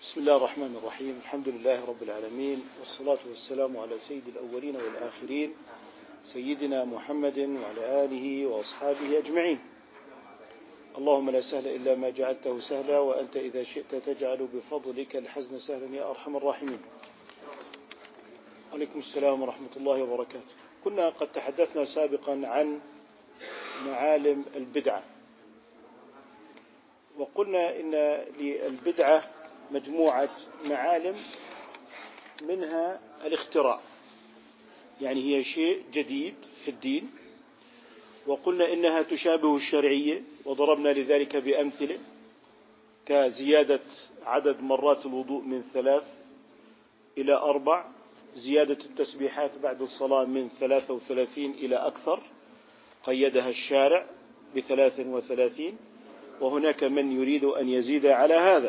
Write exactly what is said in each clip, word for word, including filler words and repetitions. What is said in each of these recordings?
بسم الله الرحمن الرحيم. الحمد لله رب العالمين، والصلاة والسلام على سيد الأولين والآخرين سيدنا محمد وعلى آله وأصحابه أجمعين. اللهم لا سهل إلا ما جعلته سهلا، وأنت إذا شئت تجعل بفضلك الحزن سهلا يا أرحم الراحمين. عليكم السلام ورحمة الله وبركاته. كنا قد تحدثنا سابقا عن معالم البدعة، وقلنا إن للبدعة مجموعة معالم، منها الاختراع، يعني هي شيء جديد في الدين، وقلنا إنها تشابه الشرعية، وضربنا لذلك بأمثلة كزيادة عدد مرات الوضوء من ثلاث إلى أربع، زيادة التسبيحات بعد الصلاة من ثلاثة وثلاثين إلى أكثر، قيدها الشارع بثلاث وثلاثين، وهناك من يريد أن يزيد على هذا.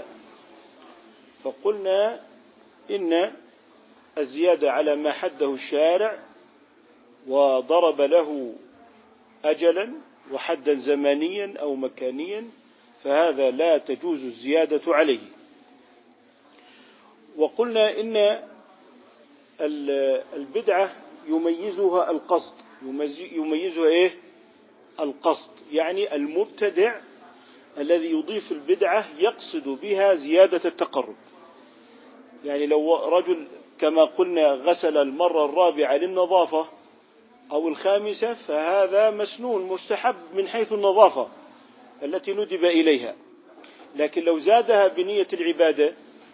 فقلنا إن الزيادة على ما حده الشارع وضرب له أجلا وحدا زمانيا أو مكانيا، فهذا لا تجوز الزيادة عليه. وقلنا إن البدعة يميزها القصد، يميزها إيه؟ القصد، يعني المبتدع الذي يضيف البدعة يقصد بها زيادة التقرب. يعني لو رجل كما قلنا غسل المرة الرابعة للنظافة أو الخامسة، فهذا مسنون مستحب من حيث النظافة التي ندب إليها، لكن لو زادها بنية العبادة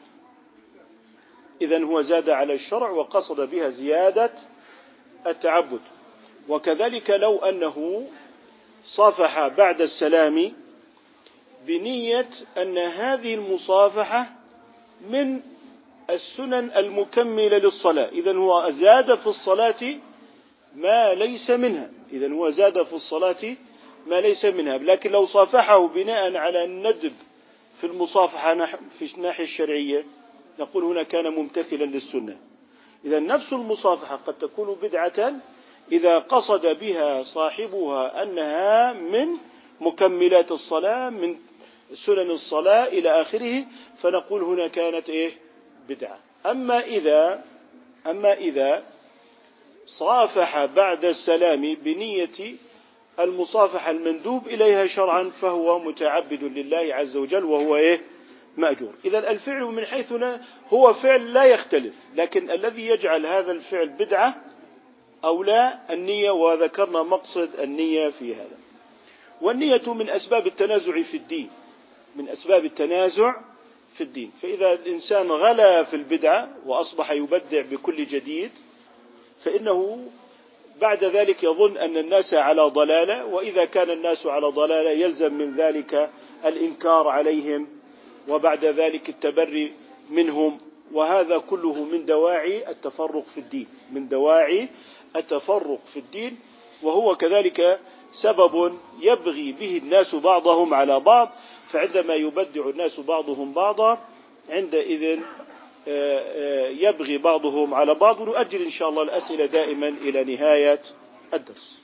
إذن هو زاد على الشرع وقصد بها زيادة التعبد. وكذلك لو أنه صافح بعد السلام بنية أن هذه المصافحة من السنن المكملة للصلاة، إذن هو زاد في الصلاة ما ليس منها، إذن هو زاد في الصلاة ما ليس منها. لكن لو صافحه بناء على الندب في المصافحة في الناحية الشرعية، نقول هنا كان ممتثلا للسنة. إذن نفس المصافحة قد تكون بدعة إذا قصد بها صاحبها أنها من مكملات الصلاة، من سنن الصلاة إلى آخره، فنقول هنا كانت إيه؟ بدعة. أما إذا أما إذا صافح بعد السلام بنية المصافحة المندوب إليها شرعا، فهو متعبد لله عز وجل، وهو إيه؟ مأجور. إذا الفعل من حيث هو فعل لا يختلف، لكن الذي يجعل هذا الفعل بدعة أو لا النية، وذكرنا مقصد النية في هذا. والنية من أسباب التنازع في الدين، من أسباب التنازع في الدين. فإذا الإنسان غلا في البدعة وأصبح يبدع بكل جديد، فإنه بعد ذلك يظن أن الناس على ضلالة، وإذا كان الناس على ضلالة يلزم من ذلك الإنكار عليهم، وبعد ذلك التبري منهم، وهذا كله من دواعي التفرق في الدين، من دواعي التفرق في الدين، وهو كذلك سبب يبغي به الناس بعضهم على بعض. فعندما يبدع الناس بعضهم بعضا، عندئذ يبغي بعضهم على بعض. ونؤجل إن شاء الله الأسئلة دائما إلى نهاية الدرس.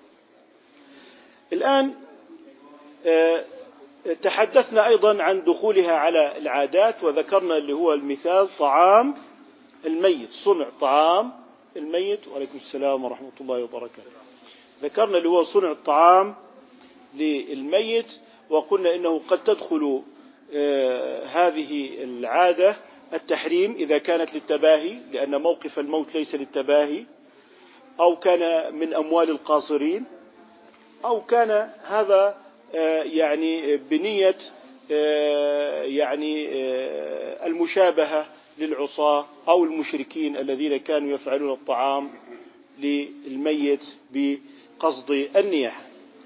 الآن تحدثنا أيضا عن دخولها على العادات، وذكرنا اللي هو المثال طعام الميت، صنع طعام الميت. وعليكم السلام ورحمة الله وبركاته. ذكرنا اللي هو صنع الطعام للميت، وقلنا إنه قد تدخل آه هذه العادة التحريم إذا كانت للتباهي، لأن موقف الموت ليس للتباهي، أو كان من أموال القاصرين، أو كان هذا آه يعني بنية آه يعني آه المشابهة للعصاة أو المشركين الذين كانوا يفعلون الطعام للميت بقصد النياحة.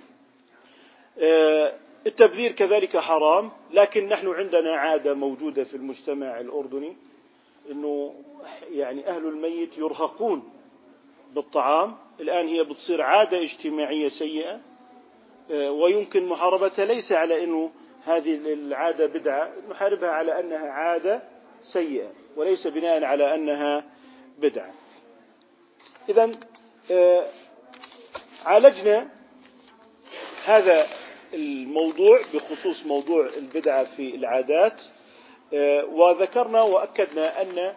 التبذير كذلك حرام، لكن نحن عندنا عادة موجودة في المجتمع الأردني، إنه يعني أهل الميت يرهقون بالطعام. الآن هي بتصير عادة اجتماعية سيئة، ويمكن محاربتها ليس على إنه هذه العادة بدعة، نحاربها على أنها عادة سيئة وليس بناء على أنها بدعة. إذن عالجنا هذا الموضوع بخصوص موضوع البدعة في العادات. وذكرنا وأكدنا أن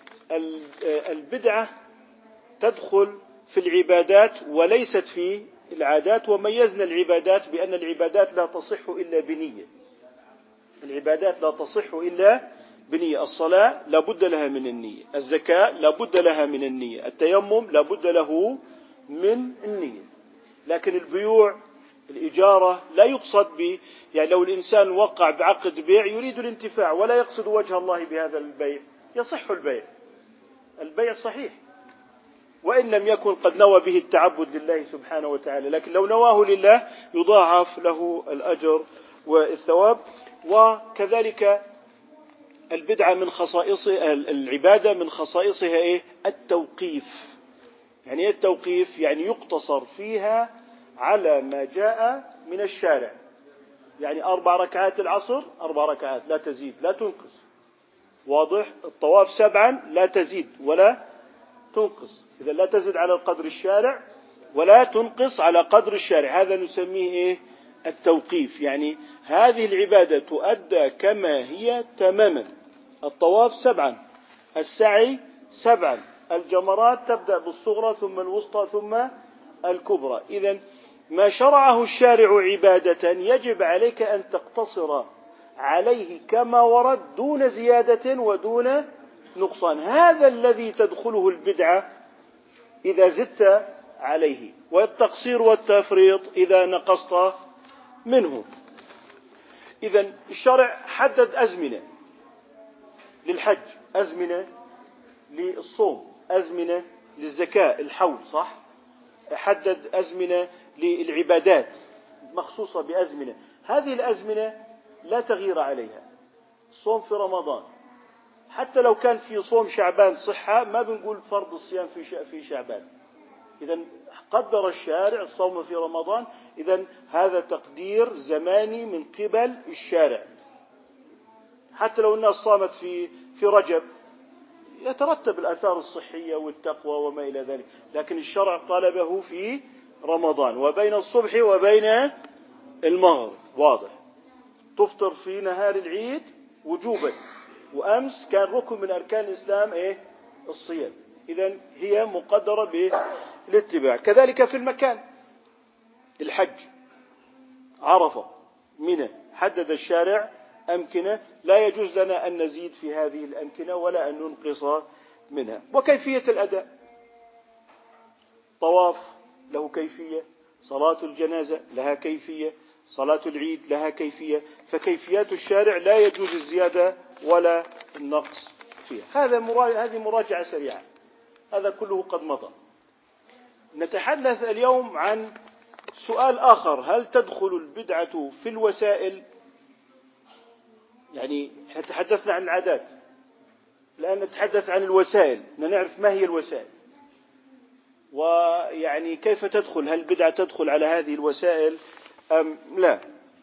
البدعة تدخل في العبادات وليست في العادات، وميزنا العبادات بأن العبادات لا تصح إلا بنية. العبادات لا تصح إلا بنية. الصلاة لا بد لها من النية، الزكاة لا بد لها من النية، التيمم لا بد له من النية. لكن البيوع، الإجارة لا يقصد ب يعني لو الإنسان وقع بعقد بيع يريد الانتفاع ولا يقصد وجه الله بهذا البيع، يصح البيع، البيع صحيح وإن لم يكن قد نوى به التعبد لله سبحانه وتعالى، لكن لو نواه لله يضاعف له الأجر والثواب. وكذلك البدعة من خصائصها، العبادة من خصائصها إيه؟ التوقيف. يعني إيه التوقيف؟ يعني يقتصر فيها على ما جاء من الشارع. يعني أربع ركعات العصر أربع ركعات لا تزيد لا تنقص، واضح؟ الطواف سبعا لا تزيد ولا تنقص، إذا لا تزيد على القدر الشارع ولا تنقص على قدر الشارع، هذا نسميه إيه؟ التوقيف. يعني هذه العبادة تؤدى كما هي تماما. الطواف سبعا، السعي سبعا، الجمرات تبدأ بالصغرى ثم الوسطى ثم الكبرى. إذن ما شرعه الشارع عبادة يجب عليك أن تقتصر عليه كما ورد دون زيادة ودون نقصان. هذا الذي تدخله البدعة إذا زدت عليه، والتقصير والتفريط إذا نقصت منه. إذن الشرع حدد أزمنة للحج، أزمنة للصوم، أزمنة للزكاة الحول، صح؟ حدد أزمنة للعبادات مخصوصة بأزمنة. هذه الأزمنة لا تغيير عليها. الصوم في رمضان حتى لو كان في صوم شعبان صحة ما بنقول فرض الصيام في في شعبان. إذن قدر الشارع الصوم في رمضان، إذن هذا تقدير زماني من قبل الشارع. حتى لو الناس صامت في في رجب يترتب الآثار الصحية والتقوى وما إلى ذلك، لكن الشرع طلبه في رمضان وبين الصبح وبين المغرب، واضح؟ تفطر في نهار العيد وجوبا، وأمس كان ركن من أركان الإسلام إيه؟ الصيام. إذن هي مقدرة بالاتباع. كذلك في المكان، الحج عرفة منى حدد الشارع أمكنة لا يجوز لنا أن نزيد في هذه الأمكنة ولا أن ننقص منها. وكيفية الأداء، طواف له كيفية، صلاة الجنازة لها كيفية، صلاة العيد لها كيفية، فكيفيات الشارع لا يجوز الزيادة ولا النقص فيها. هذا هذه مراجعة سريعة، هذا كله قد مضى. نتحدث اليوم عن سؤال آخر: هل تدخل البدعة في الوسائل؟ يعني احنا تحدثنا عن العادات، الآن نتحدث عن الوسائل، نعرف ما هي الوسائل، ويعني كيف تدخل، هل البدعة تدخل على هذه الوسائل أم لا؟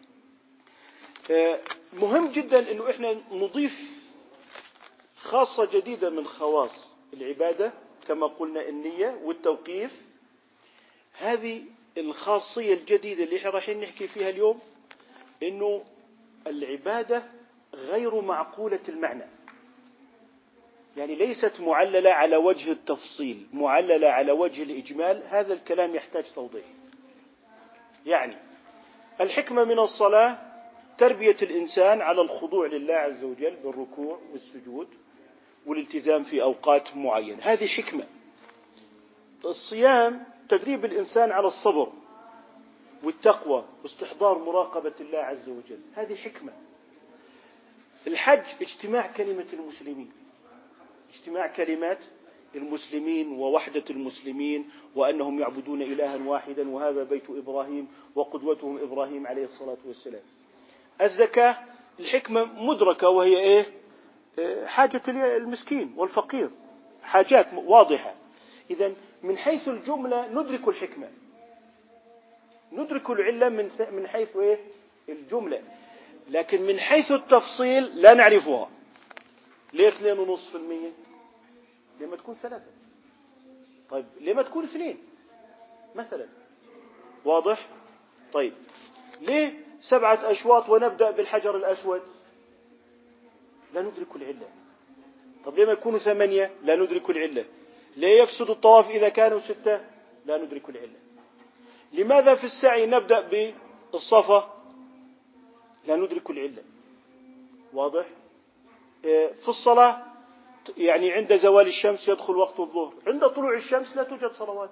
مهم جدا أنه احنا نضيف خاصة جديدة من خواص العبادة، كما قلنا النية والتوقيف. هذه الخاصية الجديدة اللي احنا رايحين نحكي فيها اليوم، انه العبادة غير معقولة المعنى، يعني ليست معللة على وجه التفصيل، معللة على وجه الإجمال. هذا الكلام يحتاج توضيح. يعني الحكمة من الصلاة تربية الإنسان على الخضوع لله عز وجل بالركوع والسجود والالتزام في أوقات معينة، هذه حكمة. الصيام تدريب الإنسان على الصبر والتقوى واستحضار مراقبة الله عز وجل، هذه حكمة. الحج اجتماع كلمة المسلمين، اجتماع كلمات المسلمين ووحدة المسلمين، وأنهم يعبدون إلها واحدا، وهذا بيت إبراهيم وقدوتهم إبراهيم عليه الصلاة والسلام. الزكاة الحكمة مدركة، وهي إيه؟ حاجة المسكين والفقير، حاجات واضحة. إذن من حيث الجملة ندرك الحكمة، ندرك العلة من من حيث إيه؟ الجملة، لكن من حيث التفصيل لا نعرفها. ليه اثنين ونصف في المية؟ ليه ما تكون ثلاثة؟ طيب ليه ما تكون اثنين مثلا؟ واضح؟ طيب ليه سبعة أشواط ونبدأ بالحجر الأسود؟ لا ندرك العلة. طب لما يكونوا ثمانية لا ندرك العلة؟ ليه يفسد الطواف إذا كانوا ستة؟ لا ندرك العلة. لماذا في السعي نبدأ بالصفا؟ لا ندرك العلة. واضح؟ في الصلاة يعني عند زوال الشمس يدخل وقت الظهر، عند طلوع الشمس لا توجد صلوات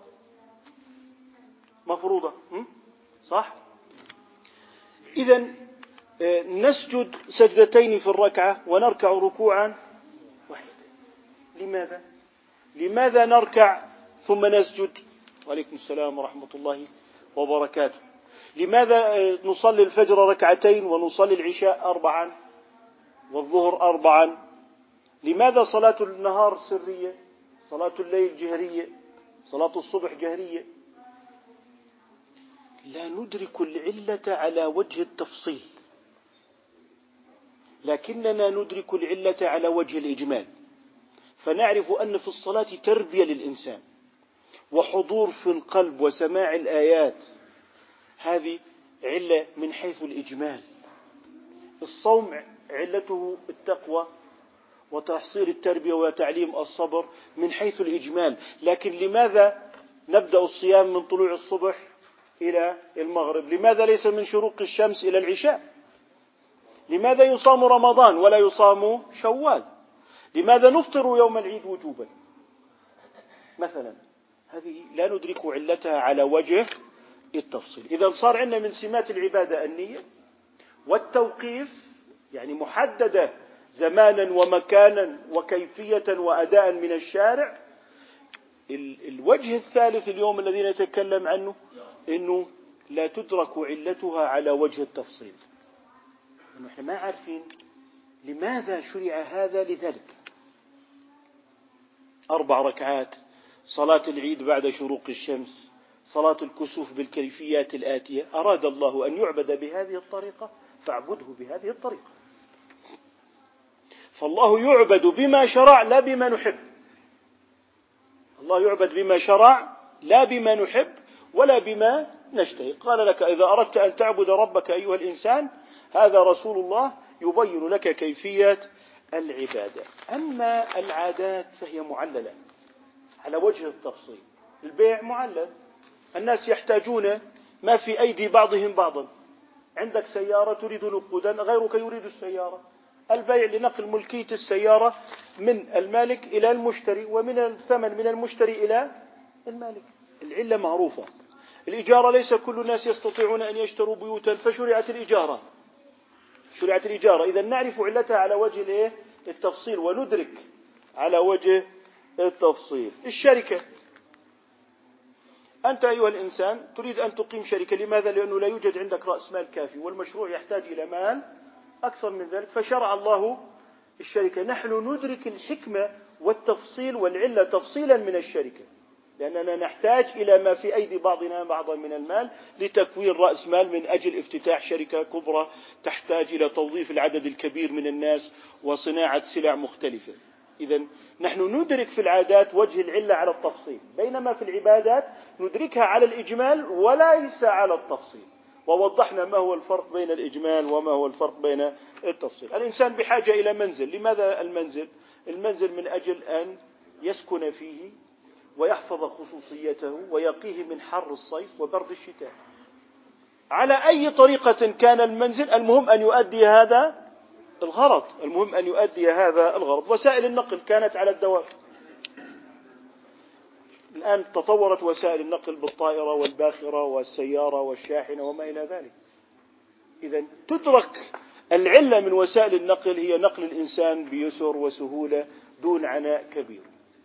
مفروضة، صح؟ إذن نسجد سجدتين في الركعة ونركع ركوعا واحدا. لماذا؟ لماذا نركع ثم نسجد؟ وعليكم السلام ورحمة الله وبركاته. لماذا نصلي الفجر ركعتين ونصلي العشاء أربعا والظهر أربعا؟ لماذا صلاة النهار سرية، صلاة الليل جهرية، صلاة الصبح جهرية؟ لا ندرك العلة على وجه التفصيل، لكننا ندرك العلة على وجه الإجمال، فنعرف أن في الصلاة تربية للإنسان وحضور في القلب وسماع الآيات، هذه علة من حيث الإجمال. الصوم علته التقوى وتحصيل التربية وتعليم الصبر من حيث الإجمال. لكن لماذا نبدأ الصيام من طلوع الصبح إلى المغرب؟ لماذا ليس من شروق الشمس إلى العشاء؟ لماذا يصام رمضان ولا يصام شوال؟ لماذا نفطر يوم العيد وجوبا مثلا؟ هذه لا ندرك علتها على وجه التفصيل. إذا صار عندنا من سمات العبادة النية والتوقيف، يعني محددة زمانا ومكانا وكيفية وأداء من الشارع. الوجه الثالث اليوم الذي نتكلم عنه إنه لا تدرك علتها على وجه التفصيل، إنه إحنا ما عارفين لماذا شرع هذا لذلك. أربع ركعات، صلاة العيد بعد شروق الشمس، صلاة الكسوف بالكيفيات الآتية، أراد الله أن يعبد بهذه الطريقة فاعبده بهذه الطريقة. فالله يعبد بما شرع لا بما نحب. الله يعبد بما شرع لا بما نحب ولا بما نشتهي. قال لك إذا أردت أن تعبد ربك أيها الإنسان، هذا رسول الله يبين لك كيفية العبادة. أما العادات فهي معللة على وجه التفصيل. البيع معلل، الناس يحتاجون ما في أيدي بعضهم بعضا. عندك سيارة تريد نقودا، غيرك يريد السيارة. البيع لنقل ملكية السيارة من المالك إلى المشتري، ومن الثمن من المشتري إلى المالك. العلة معروفة. الإجارة ليس كل الناس يستطيعون أن يشتروا بيوتا فشرعت الإجارة. شرعت الإجارة. إذا نعرف علتها على وجه التفصيل وندرك على وجه التفصيل. الشركة، أنت أيها الإنسان تريد أن تقيم شركة، لماذا؟ لأنه لا يوجد عندك رأس مال كافي والمشروع يحتاج إلى مال أكثر من ذلك، فشرع الله الشركة. نحن ندرك الحكمة والتفصيل والعلة تفصيلا من الشركة، لأننا نحتاج إلى ما في أيدي بعضنا بعضا من المال لتكوين رأس مال من أجل افتتاح شركة كبرى تحتاج إلى توظيف العدد الكبير من الناس وصناعة سلع مختلفة. إذن نحن ندرك في العادات وجه العلة على التفصيل، بينما في العبادات ندركها على الإجمال وليس على التفصيل. ووضحنا ما هو الفرق بين الإجمال وما هو الفرق بين التفصيل. الإنسان بحاجة إلى منزل. لماذا المنزل؟ المنزل من أجل أن يسكن فيه ويحفظ خصوصيته ويقيه من حر الصيف وبرد الشتاء. على أي طريقة كان المنزل، المهم أن يؤدي هذا الغرض. المهم أن يؤدي هذا الغرض. وسائل النقل كانت على الدواب. الآن تطورت وسائل النقل بالطائرة والباخرة والسيارة والشاحنة وما إلى ذلك. إذن تدرك العلة من وسائل النقل هي نقل الإنسان بيسر وسهولة دون عناء كبير.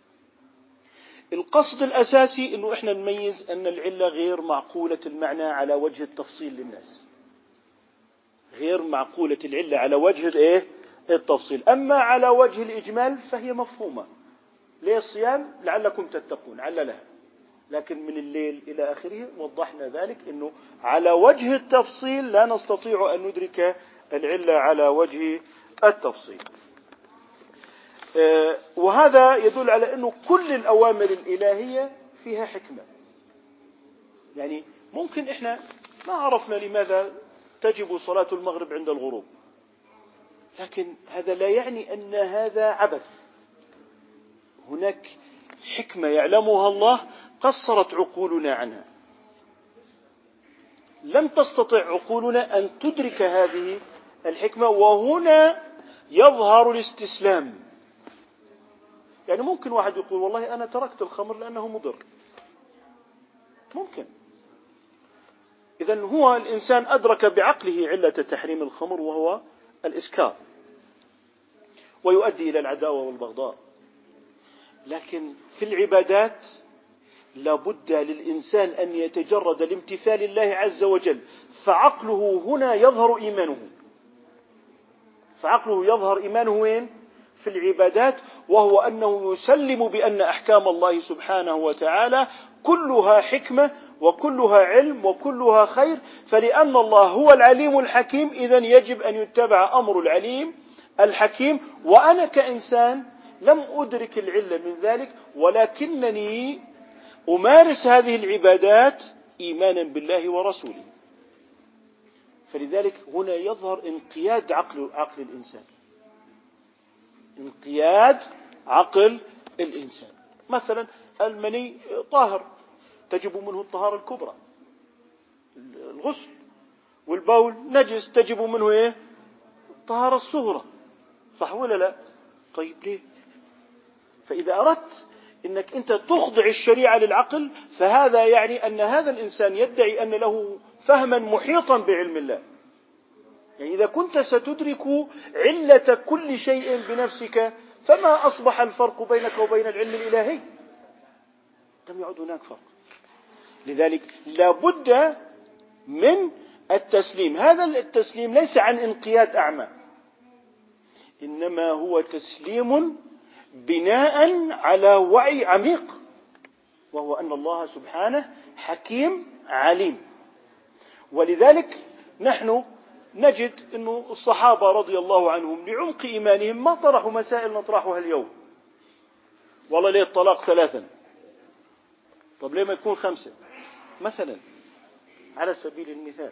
القصد الأساسي أنه إحنا نميز أن العلة غير معقولة المعنى على وجه التفصيل للناس. غير معقولة العلة على وجه الإيه؟ التفصيل. أما على وجه الإجمال فهي مفهومة. ليه الصيام؟ لعلكم تتقون، عللها. لكن من الليل إلى آخره وضحنا ذلك أنه على وجه التفصيل لا نستطيع أن ندرك العلة على وجه التفصيل. وهذا يدل على أنه كل الأوامر الإلهية فيها حكمة. يعني ممكن إحنا ما عرفنا لماذا تجب صلاة المغرب عند الغروب، لكن هذا لا يعني أن هذا عبث. هناك حكمة يعلمها الله قصرت عقولنا عنها، لم تستطع عقولنا أن تدرك هذه الحكمة، وهنا يظهر الاستسلام. يعني ممكن واحد يقول والله أنا تركت الخمر لأنه مضر، ممكن. إذن هو الإنسان أدرك بعقله علة تحريم الخمر وهو الإسكار، ويؤدي إلى العداوة والبغضاء. لكن في العبادات لابد للإنسان أن يتجرد لامتثال الله عز وجل، فعقله هنا يظهر إيمانه، فعقله يظهر إيمانه وين؟ في العبادات، وهو أنه يسلم بأن أحكام الله سبحانه وتعالى كلها حكمة وكلها علم وكلها خير، فلأن الله هو العليم الحكيم إذن يجب أن يتبع أمر العليم الحكيم. وأنا كإنسان لم أدرك العلة من ذلك، ولكنني أمارس هذه العبادات إيمانا بالله ورسوله. فلذلك هنا يظهر انقياد عقل, عقل الإنسان، انقياد عقل الإنسان. مثلا المني طاهر تجب منه الطهارة الكبرى، الغسل، والبول نجس تجب منه إيه؟ الطهارة الصغرى، صح ولا لا؟ طيب ليه؟ فإذا أردت إنك أنت تخضع الشريعة للعقل، فهذا يعني أن هذا الإنسان يدعي أن له فهما محيطا بعلم الله. يعني إذا كنت ستدرك علة كل شيء بنفسك، فما أصبح الفرق بينك وبين العلم الإلهي؟ لم يعد هناك فرق. لذلك لابد من التسليم. هذا التسليم ليس عن انقياد أعمى، إنما هو تسليم بناء على وعي عميق، وهو أن الله سبحانه حكيم عليم. ولذلك نحن نجد أن الصحابة رضي الله عنهم لعمق إيمانهم ما طرحوا مسائل نطرحها اليوم. والله ليه الطلاق ثلاثا؟ طب ليه ما يكون خمسة مثلا، على سبيل المثال.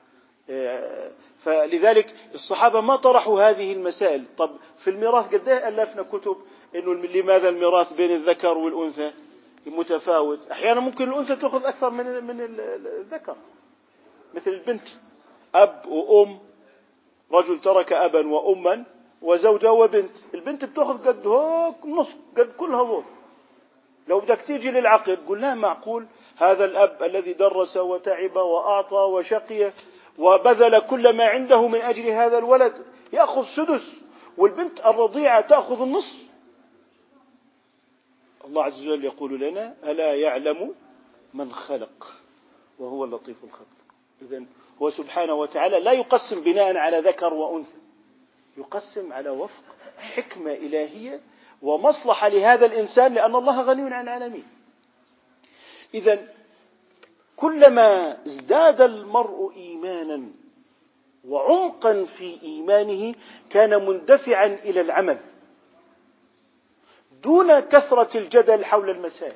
فلذلك الصحابة ما طرحوا هذه المسائل. طب في الميراث قد ايه ألفنا كتب إنه لماذا الميراث بين الذكر والأنثى متفاوت. أحيانا ممكن الأنثى تأخذ أكثر من من الذكر، مثل البنت أب وأم، رجل ترك أبا وأما وزوجة وبنت، البنت بتأخذ قد هوك نصف قد كل هذول. لو بدك تيجي للعقل قل لا معقول هذا الأب الذي درس وتعب وأعطى وشقي وبذل كل ما عنده من أجل هذا الولد يأخذ سدس، والبنت الرضيعة تأخذ النصف. الله عز وجل يقول لنا ألا يعلم من خلق وهو اللطيف الخبير. إذن هو سبحانه وتعالى لا يقسم بناء على ذكر وأنثى، يقسم على وفق حكمة إلهية ومصلحة لهذا الإنسان، لأن الله غني عن العالمين. إذن كلما ازداد المرء إيمانا وعمقا في إيمانه كان مندفعا إلى العمل دون كثرة الجدل حول المسائل.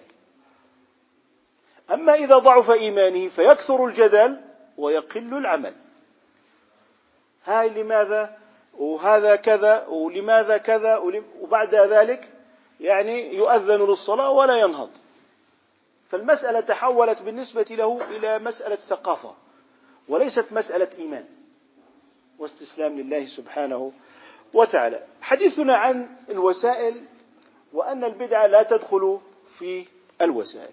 أما إذا ضعف إيمانه فيكثر الجدل ويقل العمل. هاي لماذا وهذا كذا ولماذا كذا، وبعد ذلك يعني يؤذن للصلاة ولا ينهض. فالمسألة تحولت بالنسبة له إلى مسألة ثقافة وليست مسألة إيمان واستسلام لله سبحانه وتعالى. حديثنا عن الوسائل وأن البدعة لا تدخل في الوسائل.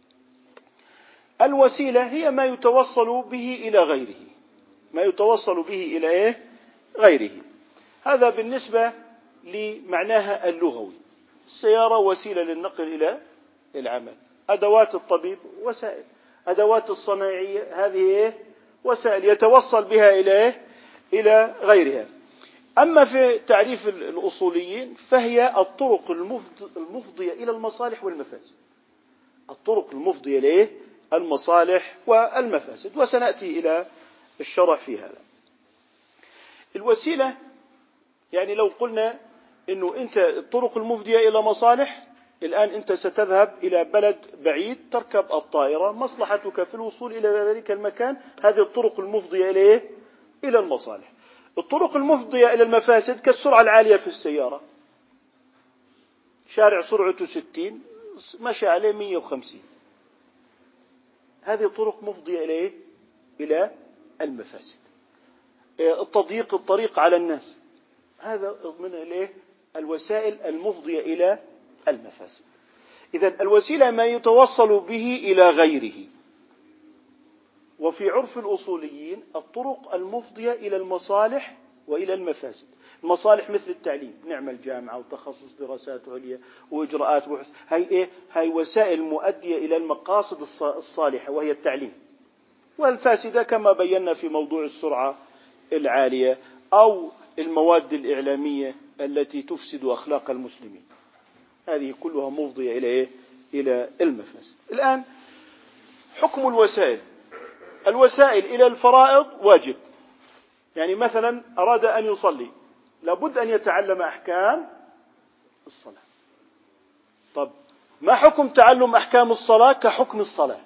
الوسيلة هي ما يتوصل به إلى غيره، ما يتوصل به إلى إيه؟ غيره. هذا بالنسبة لمعناها اللغوي. السيارة وسيلة للنقل إلى العمل، أدوات الطبيب وسائل، أدوات الصناعية هذه إيه؟ وسائل يتوصل بها إلى إيه؟ إلى غيرها. أما في تعريف الأصوليين فهي الطرق المفضية إلى المصالح والمفاسد، الطرق المفضية إليه المصالح والمفاسد، وسنأتي إلى الشرح في هذا. الوسيلة يعني لو قلنا إنه أنت الطرق المفضية إلى مصالح، الآن أنت ستذهب إلى بلد بعيد تركب الطائرة، مصلحتك في الوصول إلى ذلك المكان، هذه الطرق المفضية إليه إلى المصالح. الطرق المفضية إلى المفاسد كالسرعة العالية في السيارة، شارع سرعته ستين مشى عليه مئة وخمسين، هذه طرق مفضية إليه إلى المفاسد. التضييق الطريق على الناس، هذا من إليه الوسائل المفضية إلى المفاسد. إذن الوسيلة ما يتوصل به إلى غيره. وفي عرف الأصوليين الطرق المفضية إلى المصالح وإلى المفاسد. المصالح مثل التعليم، نعمل جامعة وتخصص دراسات عليا وإجراءات بحث، هاي إيه؟ هاي وسائل مؤدية إلى المقاصد الصالحة وهي التعليم. والفاسدة كما بينا في موضوع السرعة العالية أو المواد الإعلامية التي تفسد أخلاق المسلمين، هذه كلها مفضية إلى إيه؟ إلى المفاسد. الآن حكم الوسائل. الوسائل إلى الفرائض واجب، يعني مثلا أراد أن يصلي لابد أن يتعلم أحكام الصلاة. طب ما حكم تعلم أحكام الصلاة؟ كحكم الصلاة،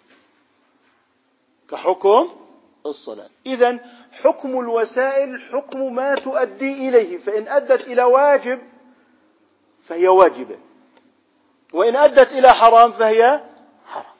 كحكم الصلاة. إذن حكم الوسائل حكم ما تؤدي إليه، فإن أدت إلى واجب فهي واجبة، وإن أدت إلى حرام فهي حرام.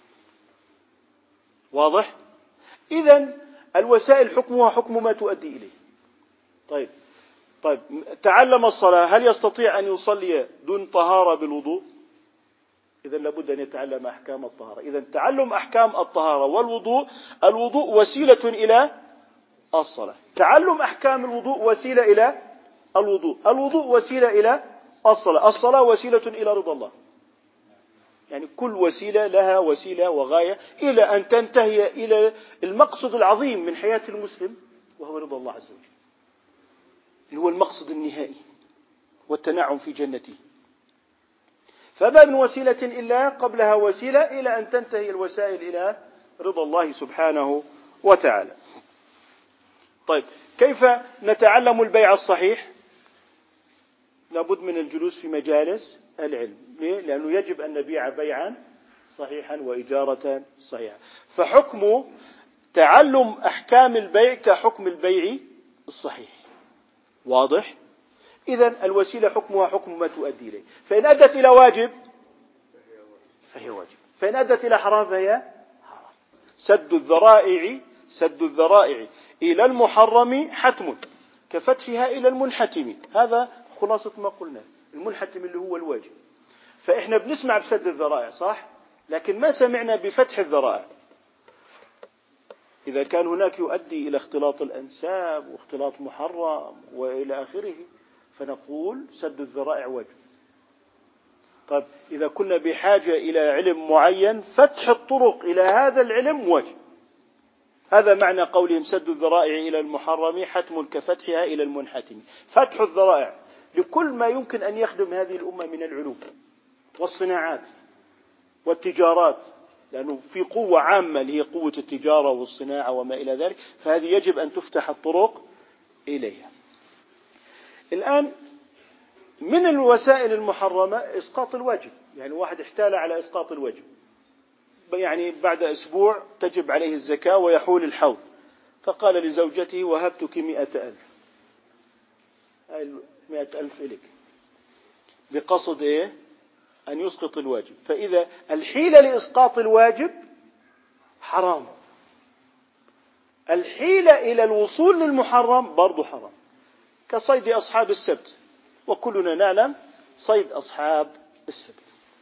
واضح؟ إذن الوسائل حكمها حكم ما تؤدي إليه. طيب طيب تعلم الصلاة، هل يستطيع أن يصلي دون طهارة بالوضوء؟ إذن لابد أن يتعلم أحكام الطهارة. إذن تعلم أحكام الطهارة والوضوء، الوضوء وسيلة إلى الصلاة، تعلم أحكام الوضوء وسيلة إلى الوضوء، الوضوء وسيلة إلى الصلاة، الصلاة وسيلة إلى رضا الله. يعني كل وسيلة لها وسيلة وغاية إلى أن تنتهي إلى المقصد العظيم من حياة المسلم، وهو رضا الله عز وجل، اللي هو المقصد النهائي والتنعم في جنته. فما من وسيلة إلا قبلها وسيلة إلى أن تنتهي الوسائل إلى رضا الله سبحانه وتعالى. طيب كيف نتعلم البيع الصحيح؟ لابد من الجلوس في مجالس العلم. ليه؟ لأنه يجب أن نبيع بيعا صحيحا وإجارة صحيحة. فحكم تعلم أحكام البيع كحكم البيع الصحيح. واضح؟ إذن الوسيلة حكمها حكم ما تؤدي إليه، فإن أدت إلى واجب فهي واجب، فإن أدت إلى حرام فهي حرام. سد الذرائع سد الذرائع إلى المحرم حتم كفتحها إلى المنحتم. هذا خلاصة ما قلنا، المنحتم اللي هو الواجب. فإحنا بنسمع بسد الذرائع صح، لكن ما سمعنا بفتح الذرائع. إذا كان هناك يؤدي إلى اختلاط الأنساب واختلاط محرم وإلى آخره فنقول سد الذرائع واجب. طيب إذا كنا بحاجة إلى علم معين فتح الطرق إلى هذا العلم واجب. هذا معنى قولهم سد الذرائع إلى المحرم حتم كفتحها إلى المنحتم. فتح الذرائع لكل ما يمكن أن يخدم هذه الأمة من العلوم والصناعات والتجارات، لأنه في قوة عامة اللي هي قوة التجارة والصناعة وما إلى ذلك، فهذه يجب أن تفتح الطرق إليها. الآن من الوسائل المحرمة إسقاط الواجب، يعني واحد احتال على إسقاط الواجب، يعني بعد أسبوع تجب عليه الزكاة ويحول الحول، فقال لزوجته وهبتك مئة ألف، هاي مئة ألف إليك، بقصد إيه؟ أن يسقط الواجب. فإذا الحيلة لإسقاط الواجب حرام، الحيلة إلى الوصول للمحرم برضو حرام، كصيد أصحاب السبت، وكلنا نعلم صيد أصحاب السبت.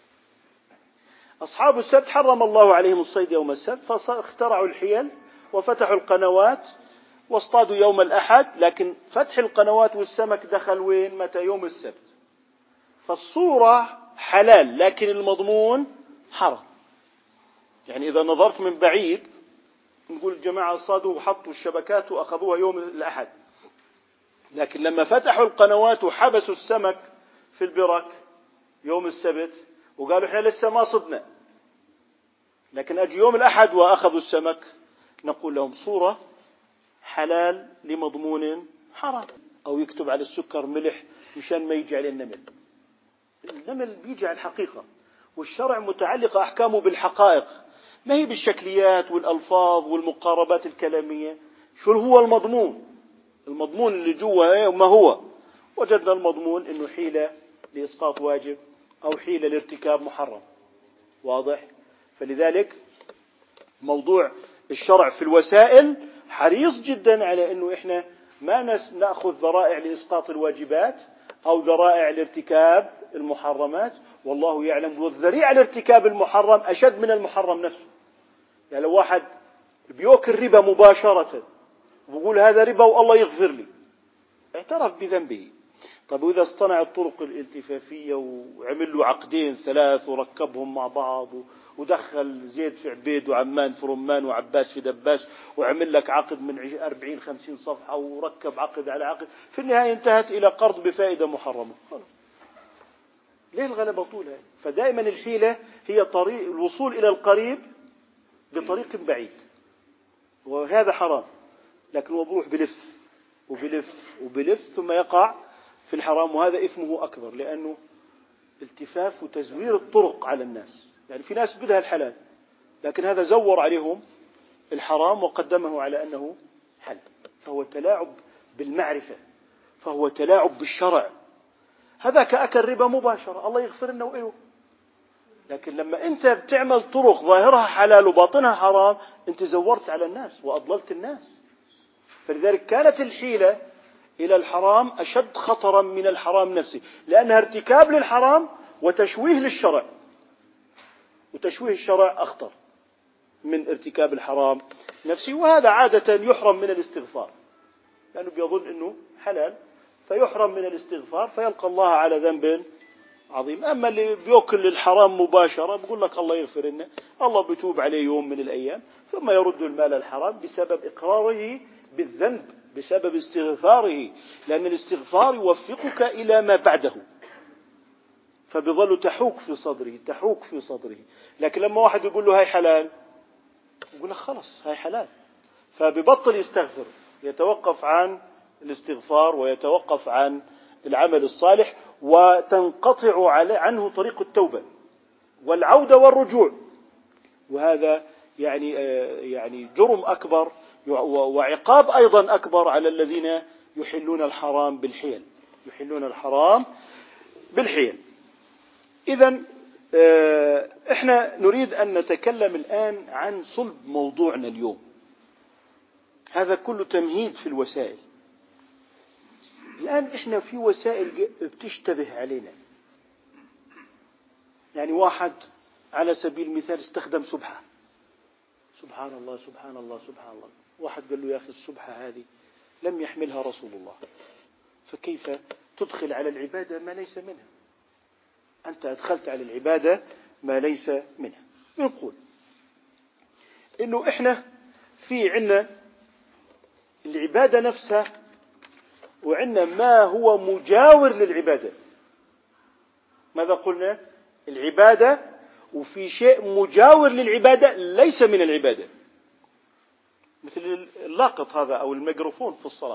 أصحاب السبت حرم الله عليهم الصيد يوم السبت، فاخترعوا الحيل وفتحوا القنوات واصطادوا يوم الأحد، لكن فتح القنوات والسمك دخل وين؟ متى؟ يوم السبت. فالصورة حلال لكن المضمون حرام. يعني إذا نظرت من بعيد نقول الجماعة صادوا وحطوا الشبكات وأخذوها يوم الأحد، لكن لما فتحوا القنوات وحبسوا السمك في البرك يوم السبت وقالوا إحنا لسه ما صدنا، لكن أجي يوم الأحد وأخذوا السمك، نقول لهم صورة حلال لمضمون حرام. أو يكتب على السكر ملح مشان ما يجي عليه النمل. النمل بيجي على الحقيقة، والشرع متعلق أحكامه بالحقائق، ما هي بالشكليات والألفاظ والمقاربات الكلامية. شو هو المضمون؟ المضمون اللي جوا ما هو؟ وجدنا المضمون إنه حيلة لإسقاط واجب أو حيلة لارتكاب محرم. واضح؟ فلذلك موضوع الشرع في الوسائل حريص جدا على أنه إحنا ما نأخذ ذرائع لإسقاط الواجبات أو ذرائع لارتكاب المحرمات، والله يعلم. والذريعة لارتكاب المحرم أشد من المحرم نفسه. يعني لو واحد بيأكل ربا مباشرة ويقول هذا ربا والله يغفر لي، اعترف بذنبه. طيب وإذا اصطنع الطرق الالتفافية وعمل له عقدين ثلاث وركبهم مع بعض ودخل زيد في عبيد وعمان في رمان وعباس في دباس وعمل لك عقد من أربعين خمسين صفحة وركب عقد على عقد، في النهاية انتهت إلى قرض بفائدة محرمة. خلاص. ليه الغلبة طولها؟ فدائما الحيلة هي طريق الوصول إلى القريب بطريق بعيد، وهذا حرام. لكن هو بروح بلف وبلف وبلف ثم يقع في الحرام، وهذا إثمه أكبر، لأنه التفاف وتزوير الطرق على الناس. يعني في ناس بدها الحلال لكن هذا زور عليهم الحرام وقدمه على أنه حل، فهو تلاعب بالمعرفة، فهو تلاعب بالشرع. هذا كأكل ربا مباشرة، الله يغفر لنا وإيه. لكن لما أنت بتعمل طرق ظاهرها حلال وباطنها حرام، أنت زورت على الناس وأضللت الناس. فلذلك كانت الحيلة إلى الحرام أشد خطرا من الحرام نفسه، لأنها ارتكاب للحرام وتشويه للشرع، وتشويه الشرع أخطر من ارتكاب الحرام نفسه. وهذا عادة يحرم من الاستغفار، لأنه بيظن أنه حلال فيحرم من الاستغفار فيلقى الله على ذنب عظيم. أما اللي بيأكل الحرام مباشرة بيقول لك الله يغفر لنا، الله بيتوب عليه يوم من الأيام ثم يرد المال الحرام بسبب إقراره بالذنب، بسبب استغفاره، لأن الاستغفار يوفقك إلى ما بعده، فبظل تحوك في صدره تحوك في صدره. لكن لما واحد يقول له هاي حلال يقول لك خلص هاي حلال، فببطل يستغفر، يتوقف عن الاستغفار ويتوقف عن العمل الصالح، وتنقطع عنه طريق التوبة والعودة والرجوع. وهذا يعني يعني جرم أكبر وعقاب أيضا أكبر على الذين يحلون الحرام بالحيل يحلون الحرام بالحيل. إذن إحنا نريد أن نتكلم الآن عن صلب موضوعنا اليوم. هذا كله تمهيد في الوسائل. الآن إحنا في وسائل بتشتبه علينا. يعني واحد على سبيل المثال استخدم سبحة، سبحان الله سبحان الله سبحان الله. واحد قال له يا أخي السبحة هذه لم يحملها رسول الله، فكيف تدخل على العبادة ما ليس منها؟ أنت أدخلت على العبادة ما ليس منها. نقول إنه إحنا في عنا العبادة نفسها وعنا ما هو مجاور للعبادة. ماذا قلنا؟ العبادة وفي شيء مجاور للعبادة ليس من العبادة، مثل اللاقط هذا أو الميكروفون في الصلاة.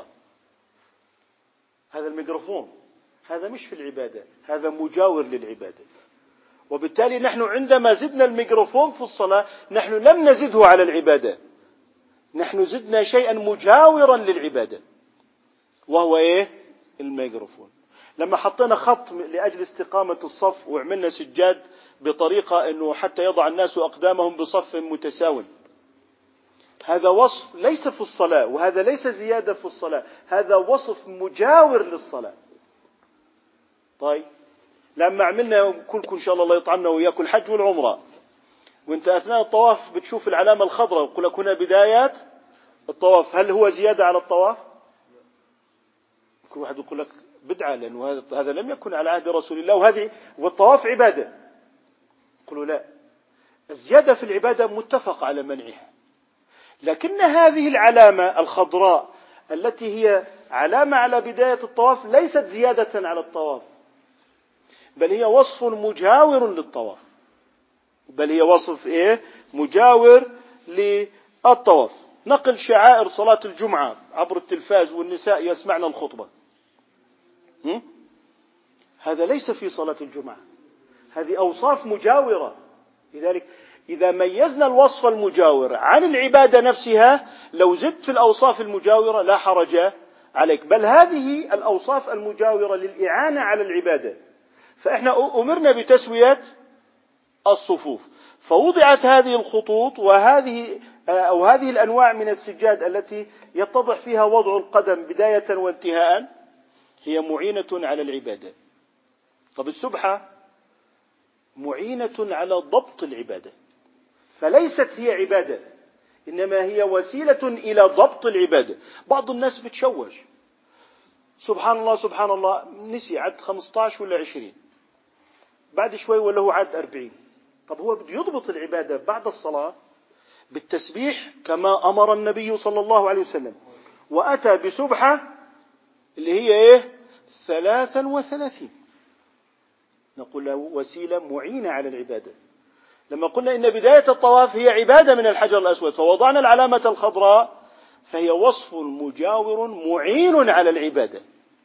هذا الميكروفون هذا مش في العبادة، هذا مجاور للعبادة. وبالتالي نحن عندما زدنا الميكروفون في الصلاة نحن لم نزده على العبادة، نحن زدنا شيئا مجاورا للعبادة، وهو إيه؟ الميكروفون. لما حطينا خط لأجل استقامة الصف وعملنا سجاد بطريقة أنه حتى يضع الناس أقدامهم بصف متساو، هذا وصف ليس في الصلاة، وهذا ليس زيادة في الصلاة، هذا وصف مجاور للصلاة. طيب لما عملنا كلكم إن شاء الله الله يطعمنا وياكل الحج والعمرة، وانت أثناء الطواف بتشوف العلامة الخضراء يقول لك هنا بدايات الطواف، هل هو زيادة على الطواف؟ كل واحد يقول لك بدعة، لأنه هذا لم يكن على عهد رسول الله، وهذه والطواف عبادة. يقولوا لا، الزيادة في العبادة متفق على منعها، لكن هذه العلامة الخضراء التي هي علامة على بداية الطواف ليست زيادة على الطواف، بل هي وصف مجاور للطواف، بل هي وصف إيه؟ مجاور للطواف. نقل شعائر صلاة الجمعة عبر التلفاز والنساء يسمعن الخطبة، هذا ليس في صلاة الجمعة، هذه أوصاف مجاورة. لذلك إذا ميزنا الوصف المجاور عن العبادة نفسها، لو زدت في الأوصاف المجاورة لا حرج عليك، بل هذه الأوصاف المجاورة للإعانة على العبادة. فإحنا أمرنا بتسوية الصفوف، فوضعت هذه الخطوط وهذه أو هذه الأنواع من السجاد التي يتضح فيها وضع القدم بداية وانتهاء، هي معينة على العبادة. طب السبحة معينة على ضبط العبادة، فليست هي عبادة، إنما هي وسيلة إلى ضبط العبادة. بعض الناس بتشوش، سبحان الله سبحان الله، نسي عد خمسة عشر ولا عشرين، بعد شوي ولا هو عد أربعين. طب هو بده يضبط العبادة بعد الصلاة بالتسبيح كما أمر النبي صلى الله عليه وسلم، وأتى بسبحة اللي هي إيه؟ ثلاثا وثلاثين. نقول له وسيلة معينة على العبادة. لما قلنا إن بداية الطواف هي عبادة من الحجر الأسود، فوضعنا العلامة الخضراء، فهي وصف مجاور معين على العبادة،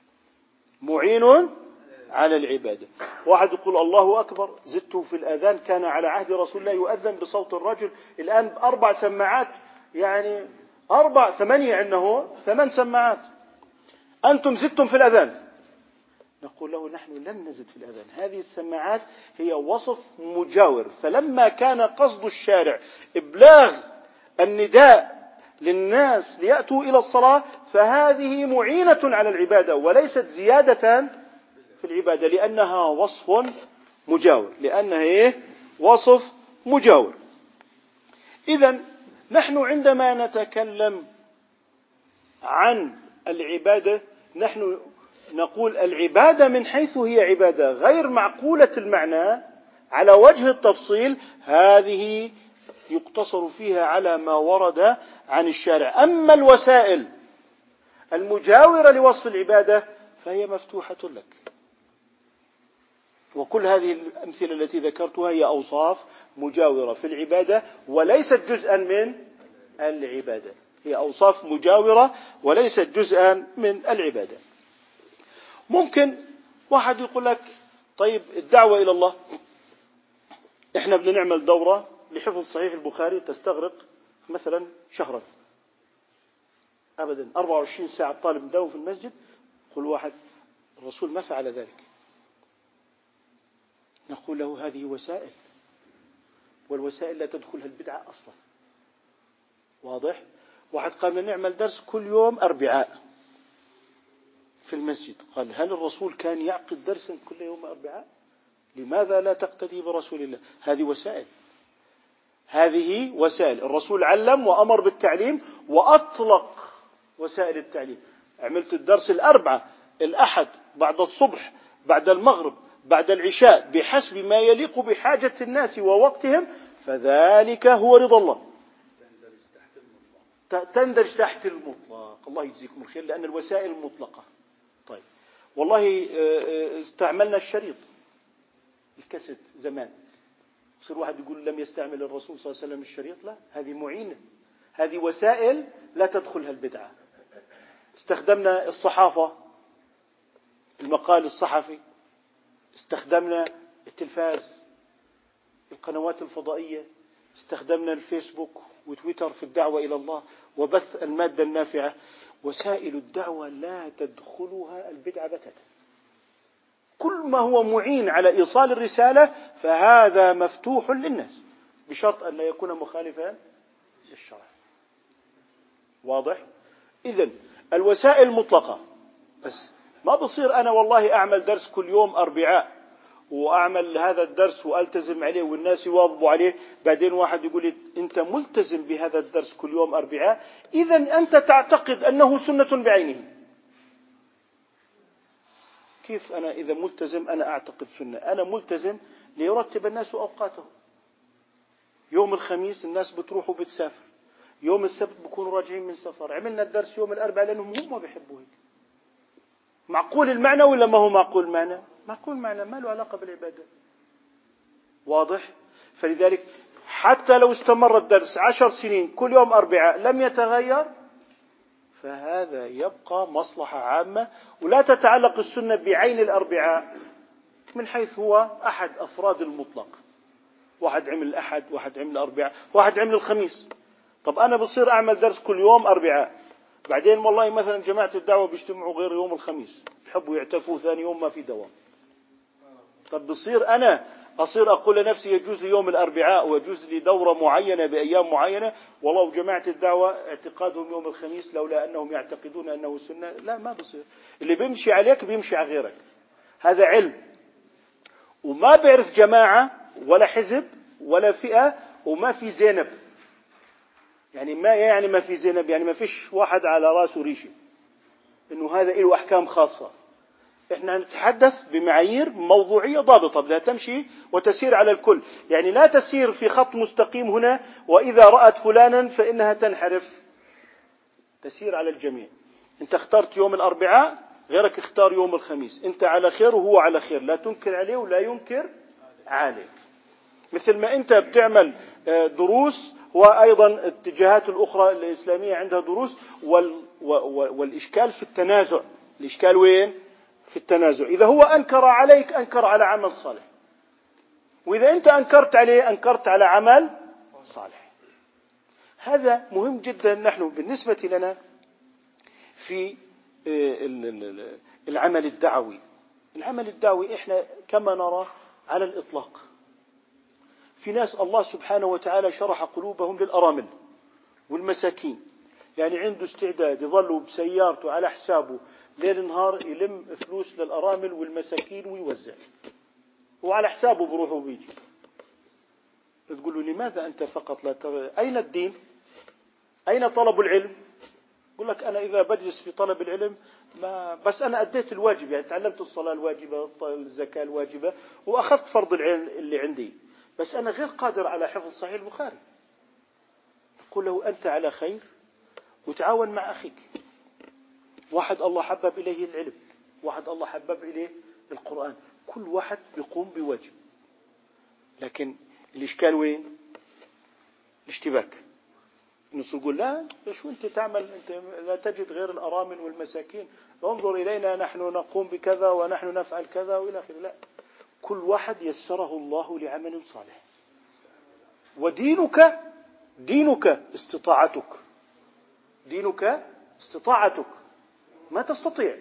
معين على العبادة. واحد يقول الله أكبر، زدت في الأذان، كان على عهد رسول الله يؤذن بصوت الرجل، الآن بأربع سماعات، يعني أربع ثمانية عنده ثمان سماعات، أنتم زدتم في الأذان. نقول له نحن لم نزد في الأذان، هذه السماعات هي وصف مجاور. فلما كان قصد الشارع إبلاغ النداء للناس ليأتوا إلى الصلاة، فهذه معينة على العبادة وليست زيادة في العبادة، لأنها وصف مجاور، لأنها إيه؟ وصف مجاور. إذن نحن عندما نتكلم عن العبادة نحن نقول العبادة من حيث هي عبادة غير معقولة المعنى على وجه التفصيل، هذه يقتصر فيها على ما ورد عن الشارع. أما الوسائل المجاورة لوصف العبادة فهي مفتوحة لك. وكل هذه الأمثلة التي ذكرتها هي أوصاف مجاورة في العبادة وليست جزءا من العبادة، هي أوصاف مجاورة وليست جزءا من العبادة. ممكن واحد يقول لك طيب الدعوة إلى الله، إحنا بدنا نعمل دورة لحفظ صحيح البخاري تستغرق مثلا شهرا، أبدا أربعة وعشرين ساعة الطالب مداوم في المسجد. يقول واحد الرسول ما فعل ذلك. نقول له هذه وسائل، والوسائل لا تدخلها البدعة أصلا. واضح؟ واحد قال لنا نعمل درس كل يوم أربعاء في المسجد، قال هل الرسول كان يعقد درسا كل يوم أربعاء؟ لماذا لا تقتدي برسول الله؟ هذه وسائل، هذه وسائل. الرسول علم وأمر بالتعليم وأطلق وسائل التعليم. عملت الدرس الأربعة، الأحد، بعد الصبح، بعد المغرب، بعد العشاء، بحسب ما يليق بحاجة الناس ووقتهم، فذلك هو رضا الله. تندرج تحت المطلق. الله يجزيكم الخير، لأن الوسائل المطلقة. طيب والله استعملنا الشريط الكاسيت زمان، يصير واحد يقول لم يستعمل الرسول صلى الله عليه وسلم الشريط. لا، هذه معينة، هذه وسائل لا تدخلها البدعة. استخدمنا الصحافة، المقال الصحفي، استخدمنا التلفاز، القنوات الفضائية، استخدمنا الفيسبوك وتويتر في الدعوة إلى الله وبث المادة النافعة. وسائل الدعوة لا تدخلها البدعة بتاتا. كل ما هو معين على إيصال الرسالة فهذا مفتوح للناس، بشرط أن لا يكون مخالفا للشرع. واضح؟ إذن الوسائل مطلقة، بس ما بصير أنا والله أعمل درس كل يوم أربعاء وأعمل هذا الدرس وألتزم عليه والناس يواظبوا عليه، بعدين واحد يقول لي أنت ملتزم بهذا الدرس كل يوم أربعاء، إذن أنت تعتقد أنه سنة بعينه. كيف أنا إذا ملتزم أنا أعتقد سنة؟ أنا ملتزم ليرتب الناس أوقاتهم. يوم الخميس الناس بتروح وبتسافر، يوم السبت بكونوا راجعين من سفر، عملنا الدرس يوم الأربعاء لأنهم هم ما بيحبوا هيك. معقول المعنى ولا ما هو معقول المعنى؟ معقول المعنى، ما له علاقة بالعبادة. واضح؟ فلذلك حتى لو استمر الدرس عشر سنين كل يوم أربعاء لم يتغير، فهذا يبقى مصلحة عامة، ولا تتعلق السنة بعين الأربعاء من حيث هو أحد أفراد المطلق. واحد عمل الأحد، واحد عمل الأربعاء، واحد عمل الخميس. طب أنا بصير أعمل درس كل يوم أربعاء، بعدين والله مثلا جماعة الدعوة بيجتمعوا غير يوم الخميس، بحبوا يعتكفوا ثاني يوم ما في دوام. طب بصير أنا أصير أقول لنفسي يجوز لي يوم الأربعاء ويجوز لي دورة معينة بأيام معينة، والله جماعة الدعوة اعتقادهم يوم الخميس لولا أنهم يعتقدون أنه سنة. لا، ما بصير. اللي بيمشي عليك بيمشي على غيرك. هذا علم، وما بيعرف جماعة ولا حزب ولا فئة، وما في زينب. يعني ما يعني ما في زينب، يعني ما فيش واحد على راسه ريشة إنه هذا له أحكام خاصة. إحنا نتحدث بمعايير موضوعية ضابطة بدها تمشي وتسير على الكل. يعني لا تسير في خط مستقيم هنا وإذا رأت فلانا فإنها تنحرف، تسير على الجميع. أنت اخترت يوم الأربعاء، غيرك اختار يوم الخميس، أنت على خير وهو على خير، لا تنكر عليه ولا ينكر عليك. مثل ما أنت بتعمل دروس، وأيضا الاتجاهات الأخرى الإسلامية عندها دروس. وال والإشكال في التنازع. الإشكال وين؟ في التنازع. إذا هو أنكر عليك أنكر على عمل صالح، وإذا أنت أنكرت عليه أنكرت على عمل صالح. هذا مهم جدا. نحن بالنسبة لنا في العمل الدعوي، العمل الدعوي إحنا كما نرى على الإطلاق في ناس الله سبحانه وتعالى شرح قلوبهم للأرامل والمساكين، يعني عنده استعداد يظلوا بسيارته على حسابه ليل نهار يلم فلوس للأرامل والمساكين ويوزع، وعلى حسابه بروح وبيجي. تقول له لماذا أنت فقط لا ترى؟ أين الدين؟ أين طلب العلم؟ يقول لك أنا إذا بجلس في طلب العلم ما بس أنا أديت الواجب، يعني تعلمت الصلاة الواجبة، الزكاة الواجبة، وأخذت فرض العلم اللي عندي، بس أنا غير قادر على حفظ صحيح البخاري. نقول له أنت على خير وتعاون مع أخيك. واحد الله حبب إليه العلم، واحد الله حبب إليه القرآن، كل واحد يقوم بواجب. لكن الإشكال وين؟ الاشتباك. الناس يقول لا شو أنت تعمل، أنت لا تجد غير الأرامل والمساكين، انظر إلينا نحن نقوم بكذا ونحن نفعل كذا وإلى آخره. لا، كل واحد يسره الله لعمل صالح. ودينك دينك استطاعتك، دينك استطاعتك. ما تستطيع.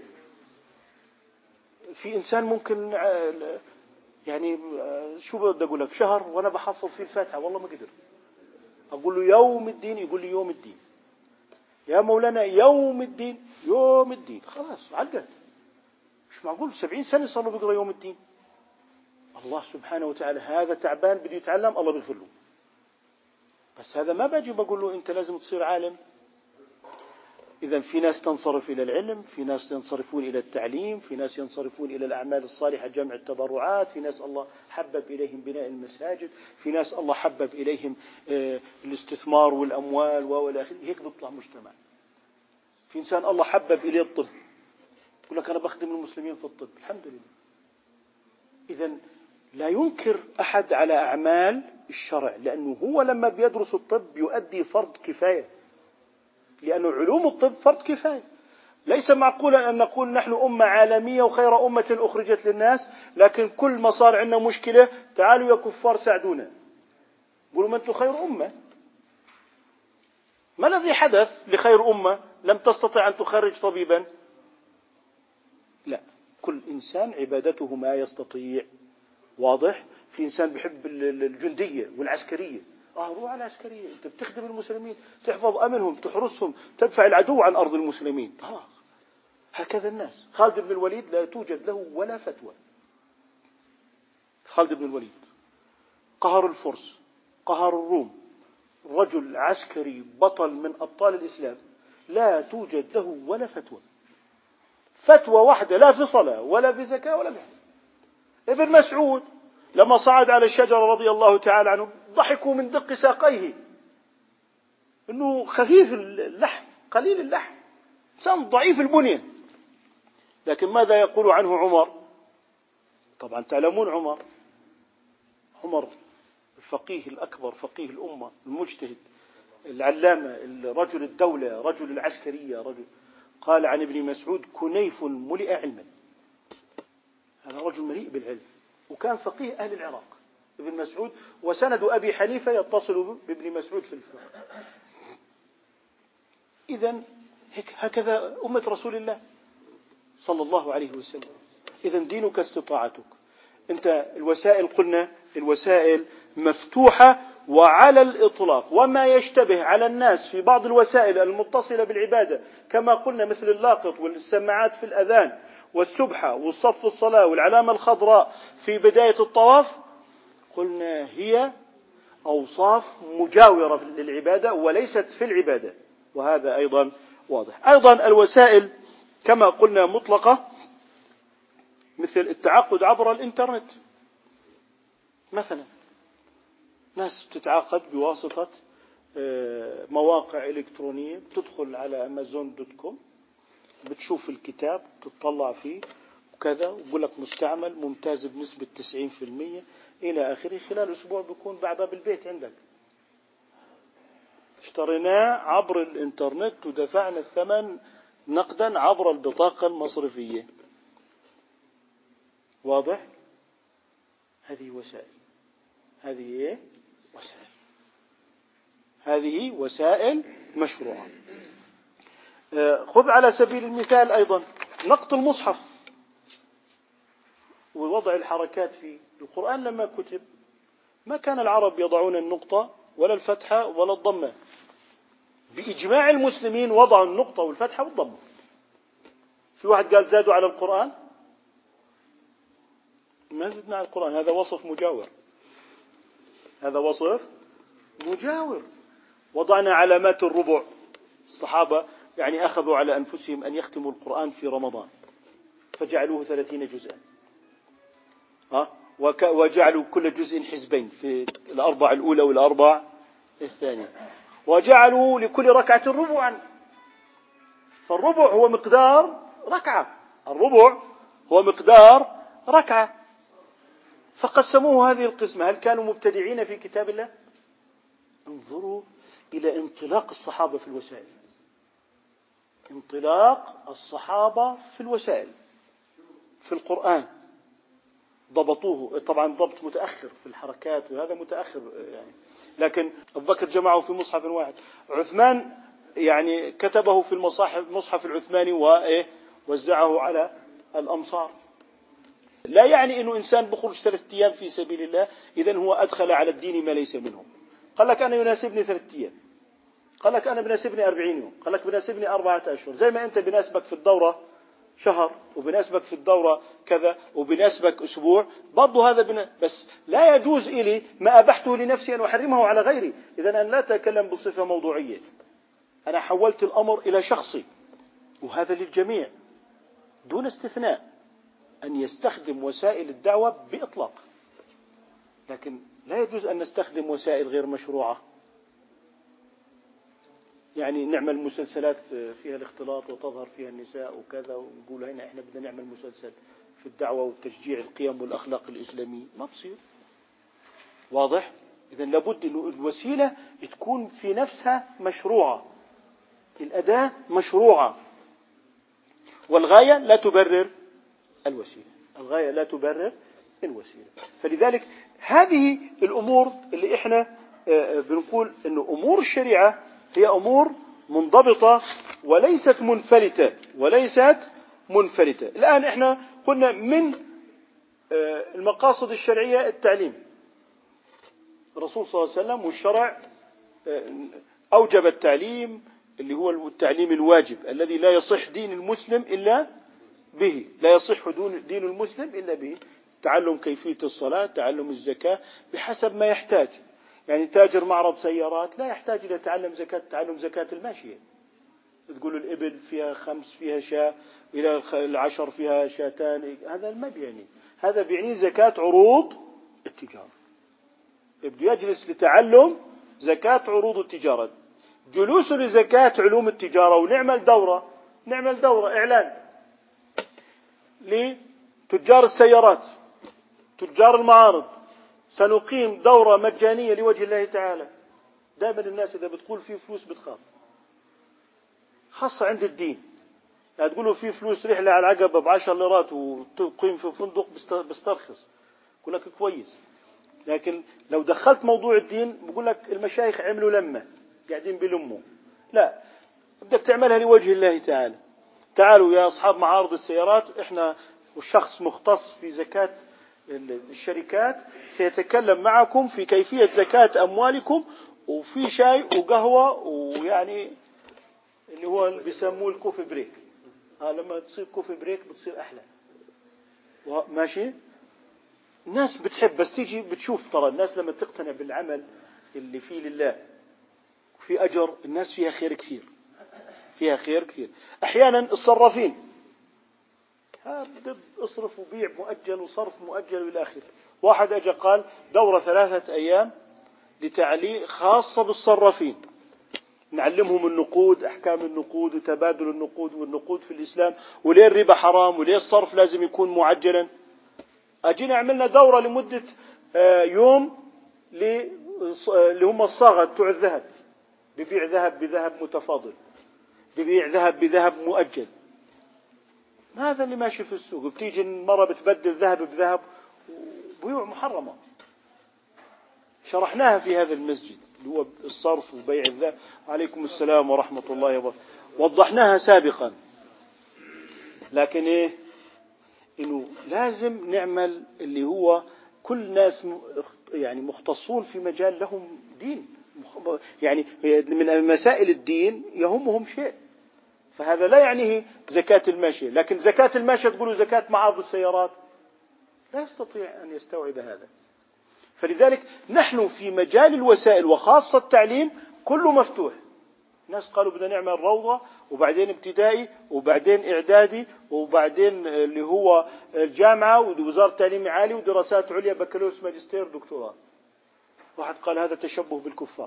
في إنسان ممكن يعني شو بدي أقول لك شهر وأنا بحفظ فيه الفاتحة والله ما قدر. أقول له يوم الدين، يقول لي يوم الدين. يا مولانا يوم الدين، يوم الدين، خلاص علقت. مش معقول سبعين سنة صار له بيقرأ يوم الدين. الله سبحانه وتعالى هذا تعبان بده يتعلم، الله بيغفر له. بس هذا ما باجي بقول له أنت لازم تصير عالم. إذا في ناس تنصرف إلى العلم، في ناس ينصرفون إلى التعليم، في ناس ينصرفون إلى الأعمال الصالحة جمع التبرعات، في ناس الله حبب إليهم بناء المساجد، في ناس الله حبب إليهم الاستثمار والأموال وإلى آخره. هيك بيطلع مجتمع. في إنسان الله حبب إليه الطب، يقول لك أنا بخدم المسلمين في الطب، الحمد لله. إذا لا ينكر أحد على أعمال الشرع، لأنه هو لما بيدرس الطب يؤدي فرض كفاية، لأن علوم الطب فرض كفاية. ليس معقولا أن نقول نحن أمة عالمية وخير أمة أخرجت للناس، لكن كل ما صار عندنا مشكلة تعالوا يا كفار ساعدونا، قولوا ما أنتم خير أمة. ما الذي حدث لخير أمة لم تستطع أن تخرج طبيبا؟ لا، كل إنسان عبادته ما يستطيع. واضح؟ في إنسان بيحب الجندية والعسكرية، آه روح على العسكرية، أنت بتخدم المسلمين، تحفظ أمنهم، تحرسهم، تدفع العدو عن أرض المسلمين. آه هكذا الناس. خالد بن الوليد لا توجد له ولا فتوى. خالد بن الوليد قهر الفرس، قهر الروم، رجل عسكري بطل من أبطال الإسلام، لا توجد له ولا فتوى. فتوى واحدة، لا في صلاة ولا في زكاة ولا بحث. ابن مسعود لما صعد على الشجرة رضي الله تعالى عنه ضحكوا من دق ساقيه، انه خفيف اللحم قليل اللحم، انسان ضعيف البنية. لكن ماذا يقول عنه عمر؟ طبعا تعلمون عمر عمر الفقيه الأكبر، فقيه الأمة، المجتهد، العلامة، رجل الدولة، رجل العسكرية، رجل. قال عن ابن مسعود كنيف ملئ علما. هذا رجل مليء بالعلم، وكان فقيه أهل العراق ابن مسعود، وسند أبي حنيفة يتصل بابن مسعود في الفقه. إذن هكذا أمة رسول الله صلى الله عليه وسلم. إذن دينك استطاعتك. أنت الوسائل قلنا الوسائل مفتوحة وعلى الإطلاق، وما يشتبه على الناس في بعض الوسائل المتصلة بالعبادة كما قلنا مثل اللاقط والسماعات في الأذان والسبحة والصف الصلاة والعلامة الخضراء في بداية الطواف، قلنا هي أوصاف مجاورة للعبادة وليست في العبادة، وهذا أيضا واضح. أيضا الوسائل كما قلنا مطلقة، مثل التعاقد عبر الإنترنت مثلا، ناس تتعاقد بواسطة مواقع إلكترونية، بتدخل على أمازون دوت كوم بتشوف الكتاب تطلع فيه وكذا ويقول لك مستعمل ممتاز بنسبة تسعين بالمئة إلى آخره، خلال أسبوع بيكون بعد باب البيت عندك. اشتريناه عبر الإنترنت ودفعنا الثمن نقدا عبر البطاقة المصرفية. واضح؟ هذه وسائل، هذه إيه؟ وسائل، هذه وسائل مشروعة. خذ على سبيل المثال أيضا نقط المصحف ووضع الحركات في القرآن. لما كتب ما كان العرب يضعون النقطة ولا الفتحة ولا الضمة، بإجماع المسلمين وضعوا النقطة والفتحة والضمة. في واحد قال زادوا على القرآن؟ ما زدنا على القرآن، هذا وصف مجاور، هذا وصف مجاور. وضعنا علامات الربع، الصحابة يعني أخذوا على أنفسهم أن يختموا القرآن في رمضان فجعلوه ثلاثين جزءا، ها وجعلوا كل جزء حزبين في الأربع الأولى والأربع الثانية، وجعلوا لكل ركعة ربعا، فالربع هو مقدار ركعة، الربع هو مقدار ركعة، فقسموه هذه القسمة. هل كانوا مبتدعين في كتاب الله؟ انظروا إلى انطلاق الصحابة في الوسائل، انطلاق الصحابة في الوسائل في القرآن، ضبطوه. طبعا ضبط متأخر في الحركات وهذا متأخر يعني، لكن أبو بكر جمعه في مصحف واحد، عثمان يعني كتبه في المصاحف المصحف العثماني وإيه وزعه على الأمصار. لا يعني إنه إنسان بخرج ثلاثة أيام في سبيل الله إذن هو أدخل على الدين ما ليس منه. قال لك أنا يناسبني ثلاثة أيام، قال لك أنا بناسبني أربعين يوم، قال لك بناسبني أربعة أشهر، زي ما أنت بناسبك في الدورة شهر وبناسبك في الدورة كذا وبناسبك أسبوع، برضو هذا بنا... بس لا يجوز إلي ما أبحته لنفسي أن أحرمه على غيري. إذن أنا لا أتكلم بصفة موضوعية، أنا حولت الأمر إلى شخصي، وهذا للجميع دون استثناء أن يستخدم وسائل الدعوة بإطلاق، لكن لا يجوز أن نستخدم وسائل غير مشروعة. يعني نعمل مسلسلات فيها الاختلاط وتظهر فيها النساء وكذا ونقول هنا إحنا بدنا نعمل مسلسل في الدعوة وتشجيع القيم والأخلاق الإسلامية، ما بصير. واضح؟ إذن لابد أن الوسيلة تكون في نفسها مشروعة، الأداة مشروعة، والغاية لا تبرر الوسيلة، الغاية لا تبرر الوسيلة. فلذلك هذه الأمور اللي إحنا بنقول أن أمور الشريعة هي أمور منضبطة وليست منفلتة، وليست منفلتة. الآن إحنا قلنا من المقاصد الشرعية التعليم، الرسول صلى الله عليه وسلم والشرع أوجب التعليم اللي هو التعليم الواجب الذي لا يصح دين المسلم إلا به، لا يصح دين المسلم إلا به. تعلم كيفية الصلاة، تعلم الزكاة بحسب ما يحتاج. يعني تاجر معرض سيارات لا يحتاج إلى تعلم زكاة تعلم زكاة الماشية، تقول الإبل فيها خمس فيها شاة إلى العشر فيها شاتان، هذا ما بيعني، هذا بيعني زكاة عروض التجارة، بده يجلس لتعلم زكاة عروض التجارة. جلوس لزكاة علوم التجارة ونعمل دورة، نعمل دورة إعلان لتجار السيارات تجار المعارض، سنقيم دورة مجانية لوجه الله تعالى. دائما الناس إذا بتقول فيه فلوس بتخاف، خاصة عند الدين. يعني تقولوا فيه فلوس رحلة على العقبة بعشر ليرات وتقيم في فندق بسترخص، يقول لك كويس. لكن لو دخلت موضوع الدين بقول لك المشايخ عملوا لمة قاعدين بلموا، لا، بدك تعملها لوجه الله تعالى. تعالوا يا أصحاب معارض السيارات، إحنا والشخص مختص في زكاة الشركات سيتكلم معكم في كيفية زكاة أموالكم، وفي شاي وقهوة، ويعني اللي هو اللي بيسموه الكوفي بريك. ها لما تصير كوفي بريك بتصير أحلى. ماشي. الناس بتحب بس تيجي بتشوف، ترى الناس لما تقتنع بالعمل اللي فيه لله وفي أجر، الناس فيها خير كثير، فيها خير كثير. أحيانا الصرافين اصرف وبيع مؤجل وصرف مؤجل والى اخره. واحد اجى قال دورة ثلاثة ايام لتعليم خاصة بالصرافين، نعلمهم النقود، احكام النقود وتبادل النقود والنقود في الاسلام، وليه الربا حرام، وليه الصرف لازم يكون معجلا. اجينا عملنا دورة لمدة يوم اللي هم الصاغة بتوع الذهب، ببيع ذهب بذهب متفاضل، ببيع ذهب بذهب مؤجل. هذا اللي ماشي في السوق. بتيجي المرة بتبدل ذهب بذهب، وبيوع محرمة شرحناها في هذا المسجد اللي هو الصرف وبيع الذهب. عليكم السلام ورحمة الله وبركاته. وضحناها سابقا. لكن ايه، انه لازم نعمل اللي هو كل ناس يعني مختصون في مجال لهم دين، يعني من مسائل الدين يهمهم شيء. فهذا لا يعنيه زكاة الماشية. لكن زكاة الماشية تقولوا زكاة معارض السيارات، لا يستطيع أن يستوعب هذا. فلذلك نحن في مجال الوسائل وخاصة التعليم كله مفتوح. الناس قالوا بدنا نعمل روضة، وبعدين ابتدائي، وبعدين إعدادي، وبعدين اللي هو الجامعة ووزارة التعليم العالي ودراسات عليا بكالوريوس ماجستير دكتوراه. واحد قال هذا تشبه بالكفار،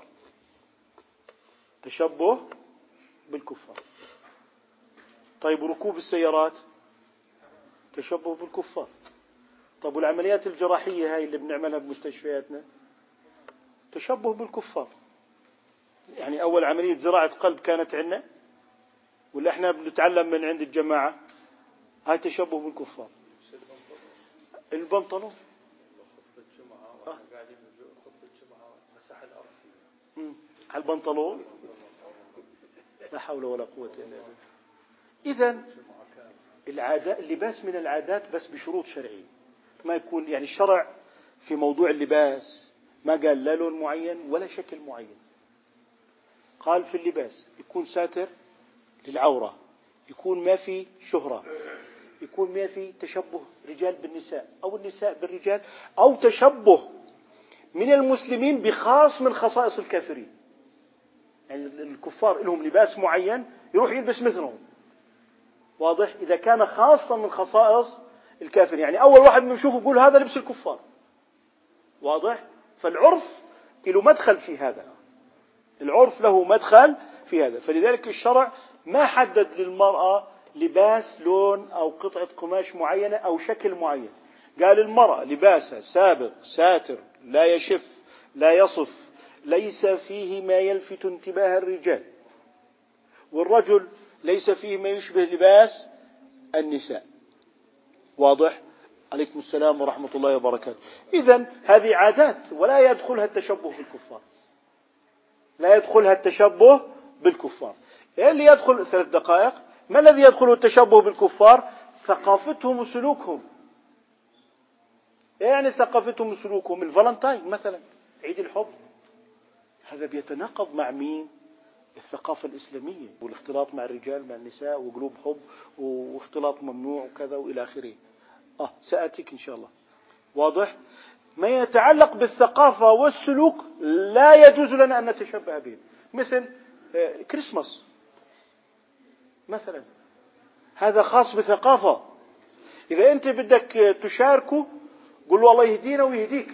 تشبه بالكفار. طيب ركوب السيارات تشبه بالكفار. طيب والعمليات الجراحية هاي اللي بنعملها بمستشفياتنا تشبه بالكفار. يعني أول عملية زراعة قلب كانت عندنا ولا إحنا بنتعلم من عند الجماعة؟ هاي تشبه بالكفار. البنطلون آه. على البنطلون، لا حول ولا قوة إلا بالله. إذن العادات، اللباس من العادات بس بشروط شرعية. ما يكون يعني الشرع في موضوع اللباس ما قال لا لون معين ولا شكل معين. قال في اللباس يكون ساتر للعورة، يكون ما في شهرة، يكون ما في تشبه رجال بالنساء أو النساء بالرجال، أو تشبه من المسلمين بخاص من خصائص الكافرين. يعني الكفار لهم لباس معين يروح يلبس مثلهم، واضح؟ إذا كان خاصا من خصائص الكافر، يعني أول واحد بنشوفه يقول هذا لبس الكفار، واضح؟ فالعرف له مدخل في هذا، العرف له مدخل في هذا. فلذلك الشرع ما حدد للمرأة لباس لون أو قطعة قماش معينة أو شكل معين. قال المرأة لباسها سابق ساتر لا يشف لا يصف، ليس فيه ما يلفت انتباه الرجال، والرجل ليس فيه ما يشبه لباس النساء، واضح؟ عليكم السلام ورحمة الله وبركاته. إذن هذه عادات ولا يدخلها التشبه بالكفار، لا يدخلها التشبه بالكفار. اللي يدخل ثلاث دقائق، ما الذي يدخل التشبه بالكفار؟ ثقافتهم وسلوكهم. يعني ثقافتهم وسلوكهم. الفالنتاين مثلا، عيد الحب، هذا بيتناقض مع مين؟ الثقافة الإسلامية، والاختلاط مع الرجال مع النساء وقلوب حب واختلاط ممنوع وكذا وإلى آخره. آه سأتيك إن شاء الله، واضح؟ ما يتعلق بالثقافة والسلوك لا يجوز لنا أن نتشبه به. مثل كريسماس مثلا، هذا خاص بثقافة. إذا أنت بدك تشاركه قل له الله يهدينا ويهديك،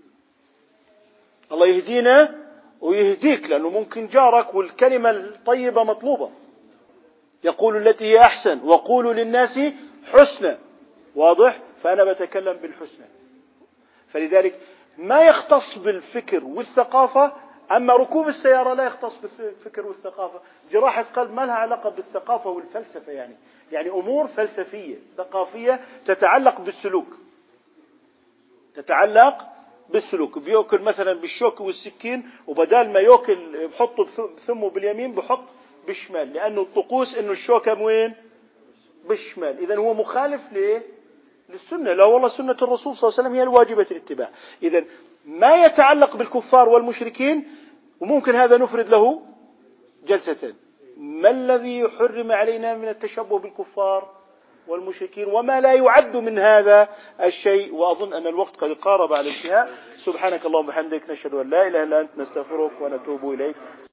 الله يهدينا ويهديك، لأنه ممكن جارك والكلمة الطيبة مطلوبة. يقول التي هي أحسن وقولوا للناس حسنى، واضح؟ فأنا بتكلم بالحسنى. فلذلك ما يختص بالفكر والثقافة. أما ركوب السيارة لا يختص بالفكر والثقافة. جراحة قلب ما لها علاقة بالثقافة والفلسفة، يعني يعني أمور فلسفية ثقافية تتعلق بالسلوك، تتعلق بالسلوك. بيأكل مثلا بالشوك والسكين، وبدال ما يأكل بحطه بثمه باليمين بحط بالشمال، لأنه الطقوس إنه الشوكة وين؟ بالشمال. إذن هو مخالف ليه؟ للسنة. لا والله سنة الرسول صلى الله عليه وسلم هي الواجبة الاتباع. إذن ما يتعلق بالكفار والمشركين وممكن هذا نفرد له جلستين. ما الذي يحرم علينا من التشبه بالكفار والمشركين وما لا يعد من هذا الشيء؟ وأظن أن الوقت قد قارب على الانتهاء. سبحانك اللهم وبحمدك، نشهد أن لا إله إلا أنت، نستغفرك ونتوب إليك.